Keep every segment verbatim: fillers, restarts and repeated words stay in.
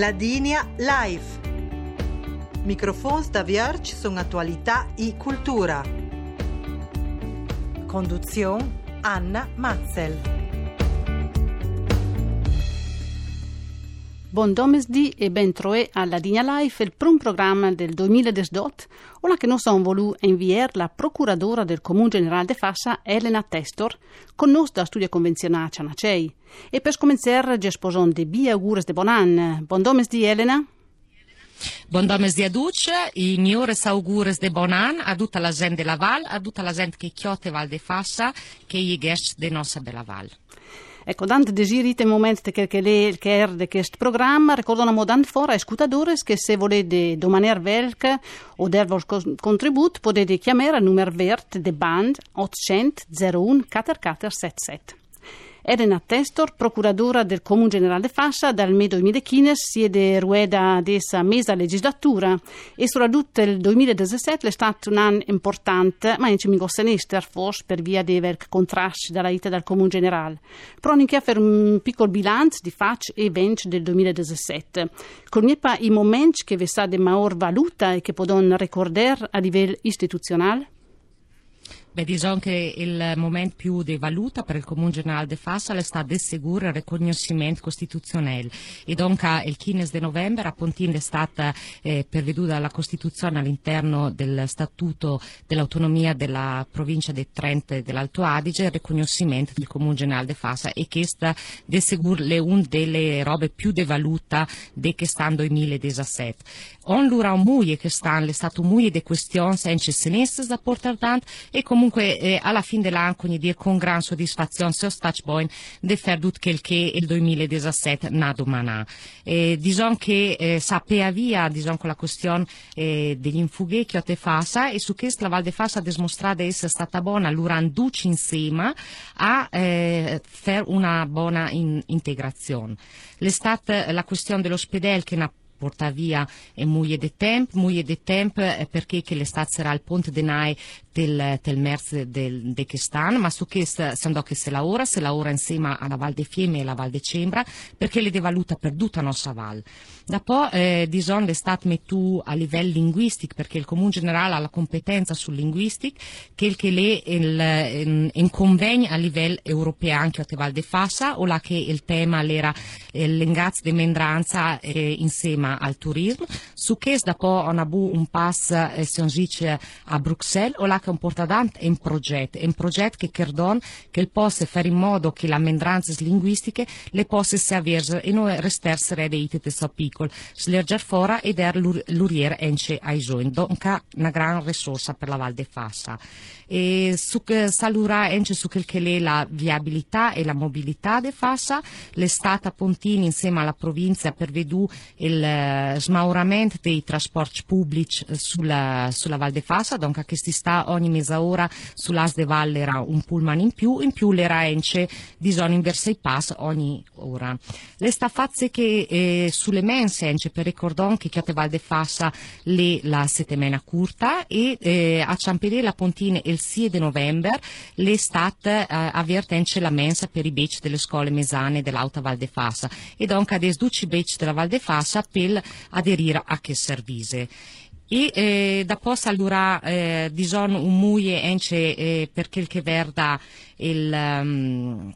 Ladinia Live. Microfons da Vierge sono attualità e cultura. Conduzione Anna Matzel. Buon domesdì e ben troé alla Ladinia Live, il primo programma del duemiladiciotto, ora che noi siamo voluti inviare la procuradora del Comune Generale de Fassa, Elena Testor, con noi da studio convenzionale a Nacei. E per cominciare, ci sposano di bi augures de buon anno. Buon domesdì, Elena. Buon domesdì a tutti, i migliori auguri di buon anno a tutta la gente della Val, a tutta la gente che chiotte Val de Fassa, che i guest della nostra bella Val. Ecco, dante desirite il momento che, che le che er di questo programma, ricordano dante fora ai ascoltatori che se volete domaner velca o dar vostro contributo potete chiamare al numero verde de band ottocento zero uno quattordici settantasette. Elena Testor, procuradora del Comune Generale de Fassa, dal May duemilaquindici siede rueda dessa mesa legislatura e soprattutto il duemiladiciassette è stato un anno importante, ma anche mica sinister forse per via dei contrasti dalla vita del Comune Generale. Però anche a fare un piccolo bilancio di facce e eventi del duemiladiciassette. Con i momenti che vi sa di maggior valuta e che possono ricordare a livello istituzionale? Beh, diciamo che il momento più di valuta per il Comune Generale de Fassa è stato di sicuro il riconoscimento costituzionale e dunque il quindici di novembre a Pontin è stata eh, perveduta la Costituzione all'interno del Statuto dell'autonomia della provincia di Trento e dell'Alto Adige il riconoscimento del Comune Generale de Fassa e questa di sicuro è una delle robe più di valuta di che stanno duemiladiciassette. On l'ura un muie che stanno, è stato un muie di questioni senza sinistra da portare tanto e comunque eh, alla fine dell'anno quindi dire con gran soddisfazione se ho stato buono di fare tutto quel che il duemiladiciassette n'a domani. Eh, diciamo che eh, sapeva via diciamo con la questione eh, degli infughi che ho te Fassa e su questo la Val de Fassa ha dimostrato di essere stata buona l'uranduci insieme a eh, fare una buona in, integrazione. È stata la questione dell'ospedale che ha porta via e muie de temp, muie de temp eh, perché che l'estate sarà il ponte de nai del, del merz del, de che stanno, ma su che siamo che se la ora, se la ora insieme alla Val de Fiemme e alla Val de Cembra, perché le devaluta per tutta la nostra Val. Dopo, eh, diciamo, l'estate mettu a livello linguistico, perché il Comune Generale ha la competenza sul linguistico, che il che le il, in, in convegno a livello europeo anche a Val de Fassa, o là che il tema era il l'ingazzo di mendranza eh, insieme al turismo, su che dopo on a bu un pass eh, se on dice a Bruxelles o là che un portadante un progetto, un progetto che cerdon che possa fare in modo che le mendranze linguistiche le possa se avere e non restare dei iti so piccoli, slerger fora ed er l'uriere ence ai giovani, donc una gran risorsa per la Val de Fassa. E su che salura ence su quel che è la viabilità e la mobilità de Fassa, l'estate a Pontini insieme alla provincia per vedù il smauramento dei trasporti pubblici sulla, sulla Val de Fassa, donc che si sta ogni mezz'ora sull'As de Valle era un pullman in più, in più l'era ence di zona inversa i pass ogni ora. Le sta fazze che eh, sulle mense ence per ricordare che a Val de Fassa le la settimana curta e eh, a Ciampedè la Pontina il sei di novembre l'estate eh, avvertence la mensa per i beach delle scuole mesane dell'Alta Val de Fassa e donc ad esduci beach della Val de Fassa per aderire a che servise. E eh, da posta allora eh, dison un muie ence eh, per quel che verda il um,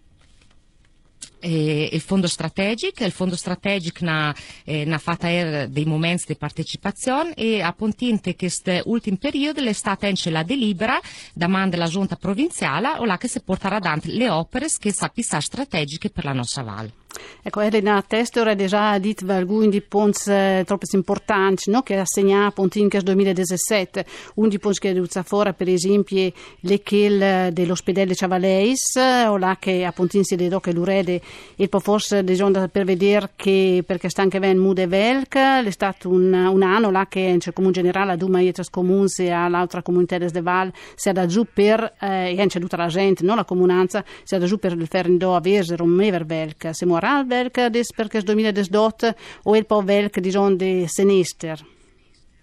Eh, il fondo strategico, il fondo strategico ha eh, fatto er dei momenti di partecipazione e a Pontinte che questo ultimo periodo è stata anche la delibera da man della giunta provinciale o là che si porterà avanti le opere che sappisà strategiche per la nostra Val. Ecco, Elena Testor ha già detto alcuni di punti eh, troppo importanti, no? Che ha segnato Pontin che duemiladiciassette, un di punti che è venuto fuori per esempio le che dell'ospedale Ciavaleis, o là che a Pontin si dedò che l'urede e poi forse bisogna per vedere che perché sta anche ben Mude Velk, è stato un, un anno là che in Comune Generale a Duma Ietras Comuns e all'altra comunità des de Val si è da giù per, eh, e c'è tutta la gente, no? La comunanza si è da giù per il ferro a Vesero, un Mever Velk, se muore Velk des perché duemiladiciotto o il po' Velk di zone de Senister.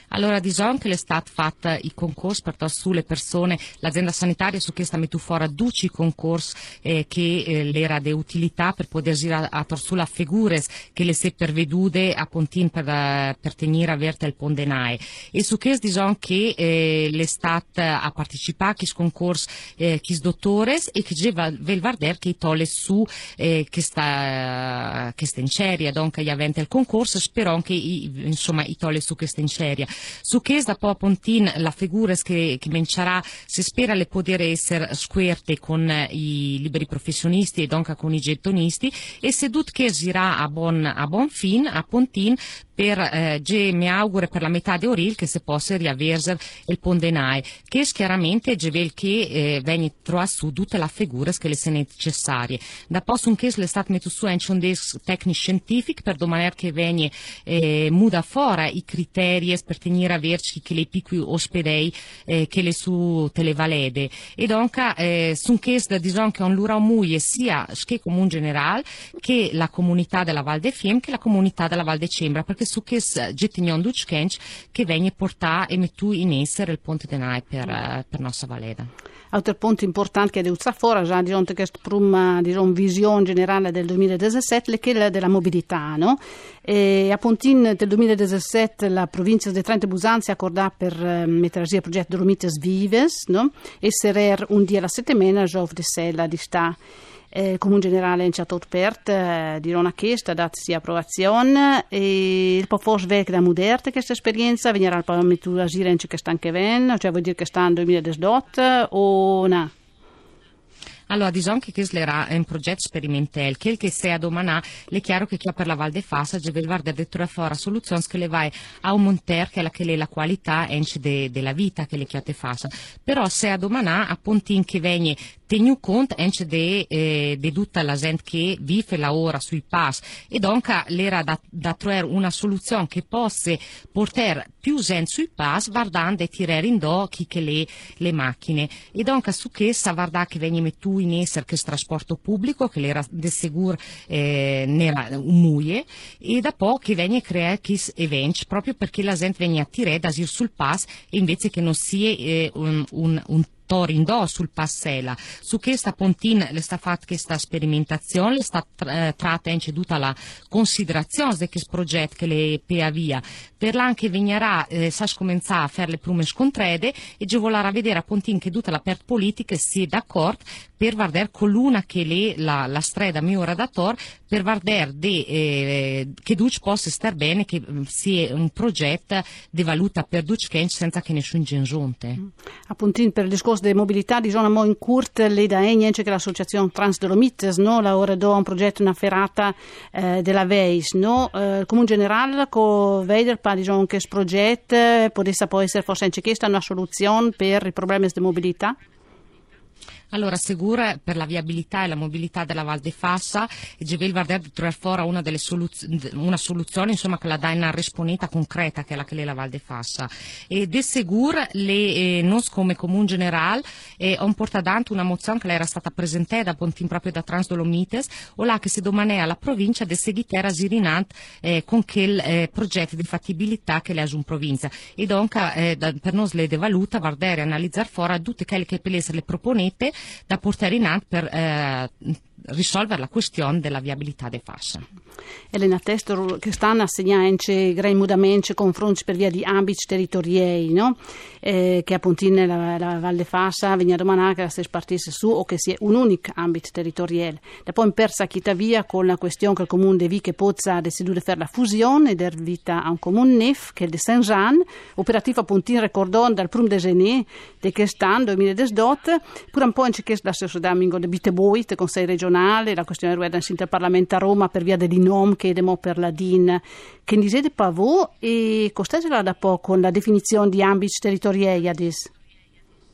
Allora, diciamo che l'estate fatta i concorsi per sulle persone, l'azienda sanitaria su questa metto fuori duci concorsi eh, che eh, l'era di utilità per poter girare a torsula figure che le si pervedude a pontin per, uh, per tenere averte il pondenae. E su questo diciamo che eh, l'estate a partecipare a questo concorso eh, chi dottores e che già vel varder che i tolle su eh, che sta che sta in ceria, donc gli avente il concorso, spero che i, insomma i tolle su che sta in ceria. Su che da po' a pontin la figura che, che mencerà si spera le poter essere squerte con i liberi professionisti e donc con i gettonisti e sedut che girà a buon a buon fin a pontin per eh, ge mi auguro per la metà di Oril che si possa riavere il pondenae che chiaramente gevel che eh, veni troa su tutte le figure che le sono necessarie da posto un che le stat messo su anche un des tecnici scientifici per domani che veni eh, muda fuori i criteri per tenere a verci che le piccoli ospedei eh, che le su televalede e donc eh, sun che diciamo che on lura muie sia che comune generale che la comunità della Val de Fiem che la comunità della Val de Cembra perché su che gettignon duckench che viene portare e mettu in essere il ponte denai per, uh, per nostra valeda. Altro punto importante che è devo fare già di questa prima diciamo, visione generale del duemiladiciassette è quella della mobilità, no? E a Pontin del duemiladiciassette la provincia di Trento e Busanza ha accordato per uh, mettere a il progetto Dolomites Vives, no? E sarà un dia alla settimana giove di sella di sta. Il Comune Generale in Chateau Pert eh, di Rona Chiesta ha dato sia approvazione e il po' forse vecchio da moderte questa esperienza venirà al Parlamento a agire in che sta anche ven, cioè vuol dire che sta in duemiladiciotto o no? Allora, diciamo che questo era un progetto sperimentale, che che se a domani è chiaro che chi per la Val de Fassa deve guardare addirittura fuori soluzioni che le vai a aumentare che è la, che è la qualità della de, vita che le chiate Fassa. Però se a domani a Pontin che viene tenu conto anche di eh, de tutta la gente che vive la ora sui pass e donc l'era da, da trovare una soluzione che possa portare più gente sui pass guardando e tirare in do chi che le, le macchine e donc su che sa guardare che viene mettuto in essere che trasporto pubblico che l'era de segur eh, nera un muie e da poco che viene creare questi eventi proprio perché la gente viene attirata a ir sul pass e invece che non sia eh, un, un, un Torindò sul Passela. Su questa pontina le sta fatta questa sperimentazione, le sta tra, eh, tratta in ceduta la considerazione di questo progetto che le pea via. Per l'anche vignerà, eh, sa cominciare a fare le prime scontrede e ci volerà vedere a pontin che tutta la per politica si è d'accordo per guardare con l'una che le la, la strada migliore da tor per guardare eh, che Duc possa star bene che sia un progetto di valuta per Duc senza che nessun gengiunte. A pontin per il discorso di mobilità di zona mo in curt le da niente che l'associazione Trans Dolomites no la ora do un progetto una ferrata eh, della Veis no eh, il comune generale co veder pa diciamo che progetto potesse poi essere forse anche questa una soluzione per i problemi di mobilità. Allora, sicura per la viabilità e la mobilità della Val de Fassa e Gevel Varder di trovare fuori una delle soluzioni, una soluzione insomma che la dà una risponita concreta che è la che è la Val de Fassa e de sicura le eh, non come comune generale eh, ho portato avanti una mozione che era stata presentata da Pontin proprio da Trans Dolomites o là che si domani alla provincia de seguitera Zirinant eh, con quel eh, progetto di fattibilità che le ha in provincia e donc eh, da, per noi le de valuta Varder e analizzare fuori tutte quelle che per le proponete da portare in avanti per eh, risolvere la questione della viabilità dei Fassa. Elena Testor che stanno assegnando grandi mudamenti confronti per via di ambiti territoriali, no? Eh, che appunto nella la Val de Fassa veniva domandata che la si partisse su o che sia un unico ambito territoriale. Da poi in persa chita via con la questione che il comune di Vic e Pozza ha deciso di fare la fusione e dar vita a un comune nef che è di Saint-Jean, operativo appunto ricordando dal primo de gennaio di quest'anno duemiladiciotto, pure un po' anche chiesto la società Mingo de Biteboit, Consiglio regionale, la questione riguarda il Parlamento a Roma per via dell'I N O M che demo per la D I N che ne siete pavò e cos'è da poco con la definizione di ambiti territoriali adesso?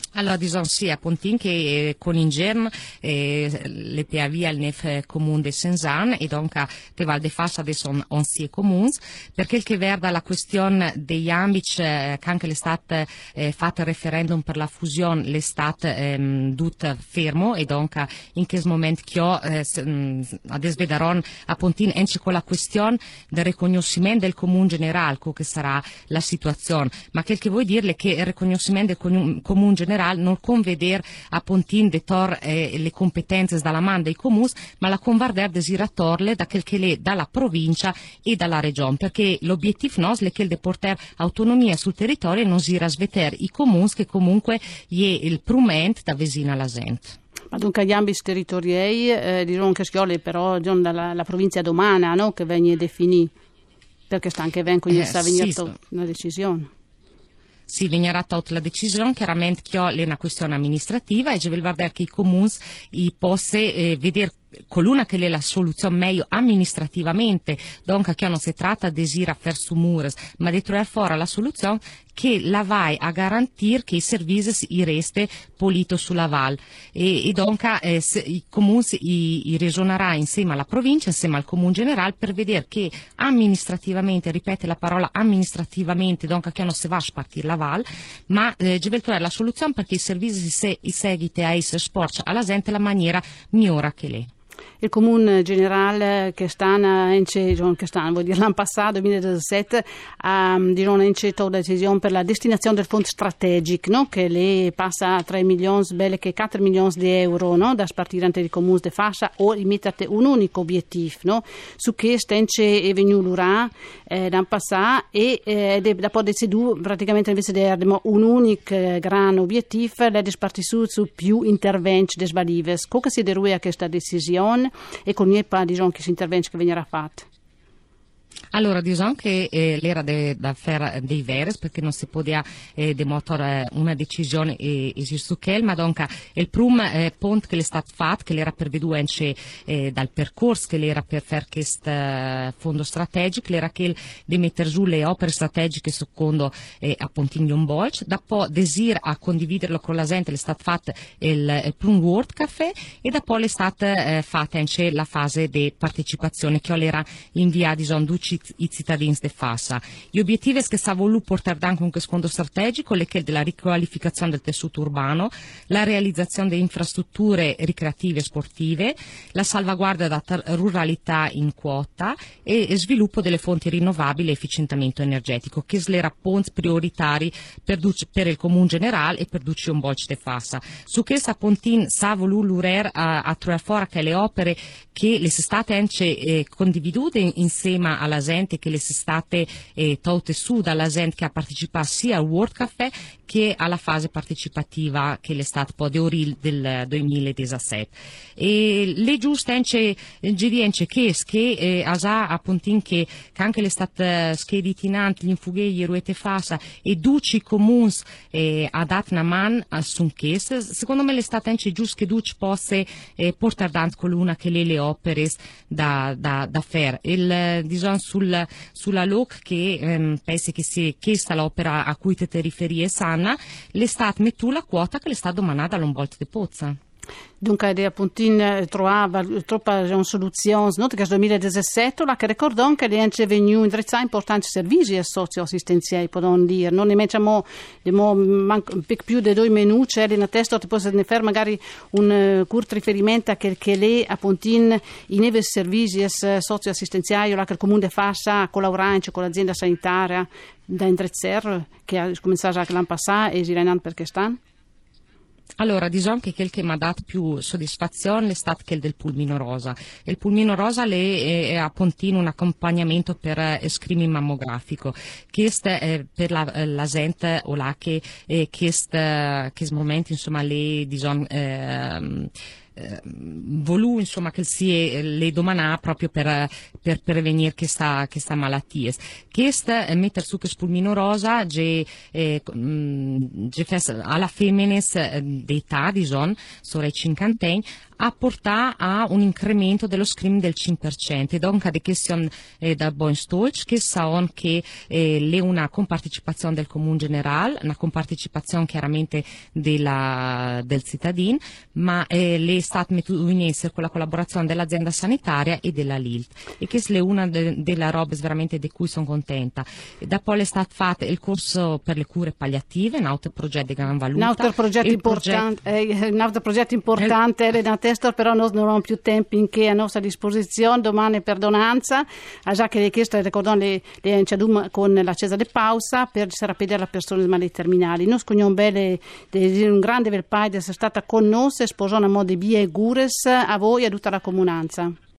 Allora, disons sì, a Pontin che eh, con Ingern eh, le P A V al nef eh, comune de Senzan e donc che Val de Fassa adesso on, on sie comuns, perché il che verda la questione degli ambici eh, che anche l'estate eh, fatto il referendum per la fusione l'estate ehm, tut fermo e donc in che momento che ho eh, adesso vedaron a Pontin ence con la questione del riconoscimento del comune generale, che sarà la situazione, ma quel che vuol dire che il riconoscimento del comune generale non conveder a Pontin de tor eh, le competenze dalla man dei comuns, ma la convarder desiratorle da quel che le dalla provincia e dalla regione, perché l'obiettivo nostro è che de porter autonomia sul territorio e non si rasveter i comuns che comunque è il prument da vesina alla gente. Ma dunque gli ambiti territoriali eh, dicono che schiole però dalla la provincia domana, no? Che viene definita, perché sta anche vengono eh, sta venendo sì, una decisione. Sì, venirà tolta la decisione, chiaramente che è una questione amministrativa e ci vuol vedere che i comuni possono eh, vedere coluna che è la soluzione meglio amministrativamente, donc che non si tratta di desira fer su mures, ma di trovare fuori la soluzione che la vai a garantire che i servizi i reste polito sulla val e, e donc eh, se, i comuni i, i ragionerà insieme alla provincia, insieme al comune generale per vedere che amministrativamente, ripete la parola amministrativamente, donc che non si va a spartire la val, ma eh, ci vuol trovare la soluzione perché i servizi se, i seguiti a essere sport alla gente la maniera migliore che lei. Il comune generale che sta in che sta vuol dire l'anno passato duemiladiciassette ha incettato una decisione per la destinazione del fondo strategico, no? Che le passa a tre milioni belle che quattro milioni di euro, no? Da spartire ante i comuni di fascia o mettere un unico obiettivo, no? Su che stence è venuto l'ura eh, l'anno passato e eh, da poi deciso praticamente invece di avere un unico eh, gran obiettivo l'è spartito su, su più interventi des valives. Come si derua a questa decisione? E con i pa diciamo che si interventi che venirà fatto. Allora, diciamo che eh, l'era de, da fare dei veres perché non si poteva eh, demotor una decisione e eh, su che, ma donc il primo eh, punto che è stato fatto, che l'era per vedere eh, dal percorso che l'era per fare questo eh, fondo strategico, l'era che di mettere giù le opere strategiche secondo eh, a Pontignon Bolch, dopo desir a condividerlo con la gente, l'è stato fatto il, il primo World Café e dopo l'è stata eh, fatta anche la fase di partecipazione che l'era inviata diciamo i cittadini de Fassa. Gli obiettivi che sta voluto portare anche un fondo strategico è che della riqualificazione del tessuto urbano, la realizzazione di infrastrutture ricreative e sportive, la salvaguardia della ruralità in quota e sviluppo delle fonti rinnovabili e efficientamento energetico, che sono punti prioritari per, per il comune generale e per Duccion Bolch de Fassa. Su questa Pontin sa voluto l'urer a, a trovare fuori che le opere che le sono state anche eh, condividute insieme alla gente, che le sono state eh, tolte su dalla gente che ha partecipato sia al World Café che alla fase partecipativa che è stata poi di del duemiladiciassette. E le giuste anche girienze che che eh, asa a Pontin che, che anche le state scheditinanti gli infughegli ruete fassa e duci comuns eh, a dat una man a sun che secondo me le state anche giusto che duci possa eh, portare davanti con l'una che le le opere da da da fare il diciamo sul sulla loc che ehm, pensi che sia questa l'opera a cui te ti riferi e sanna l'estate mettu la quota che l'estate domandata all'Ombolt de Pozza. Dunque, a Pontin trovava troppa soluzioni, no? Che nel duemiladiciassette la che ricordò che le anche venuto indirizzare importanti servizi socio-assistenziali, possiamo dire. Non ne mettiamo un più di due minuti, c'è in testa, ti posso ne fare magari un uh, curto riferimento a che, che lei a Pontin in neve servizi socio-assistenziali, la che il comune di Fassa collabora con l'azienda sanitaria da indirizzare, che ha cominciato l'anno passato e si rende perché stanno? Allora, diciamo che quel che mi ha dato più soddisfazione è stato quel del pulmino rosa. Il pulmino rosa le è a Pontin un accompagnamento per eh, screening mammografico. Questo è per la, la gente o la che, eh, questo, questo momento, insomma, le, diciamo, eh, eh, volù insomma che si le domanà proprio per, per prevenire questa, questa malattia. Questa eh, mettere su che spulmino rosa ge, eh, ge alla femminis eh, d'età di zon, sore cinquantenni, a portare a un incremento dello screening del cinque per cento. E donc di questione eh, da buon stolz, che sa che eh, le una compartecipazione del comune generale, una compartecipazione chiaramente della, del cittadino, ma eh, le è stata messa in essere con la collaborazione dell'azienda sanitaria e della L I L T. E questa è una de, delle robe veramente di cui sono contenta. E da poi è stato fatto il corso per le cure palliative, un altro progetto di gran valuta. Un altro progetto importante, progetto... Eh, un altro progetto importante eh, era Testor, però noi non abbiamo più tempo in che a nostra disposizione, domani perdonanza, a già che chiesto ricordano le, le con la Cesa de Pausa per sapere la persone male terminali. Noi scogliamo bene di un grande bel paio di essere stata con noi, sposò una moda di bie e gures a voi e a tutta la comunanza.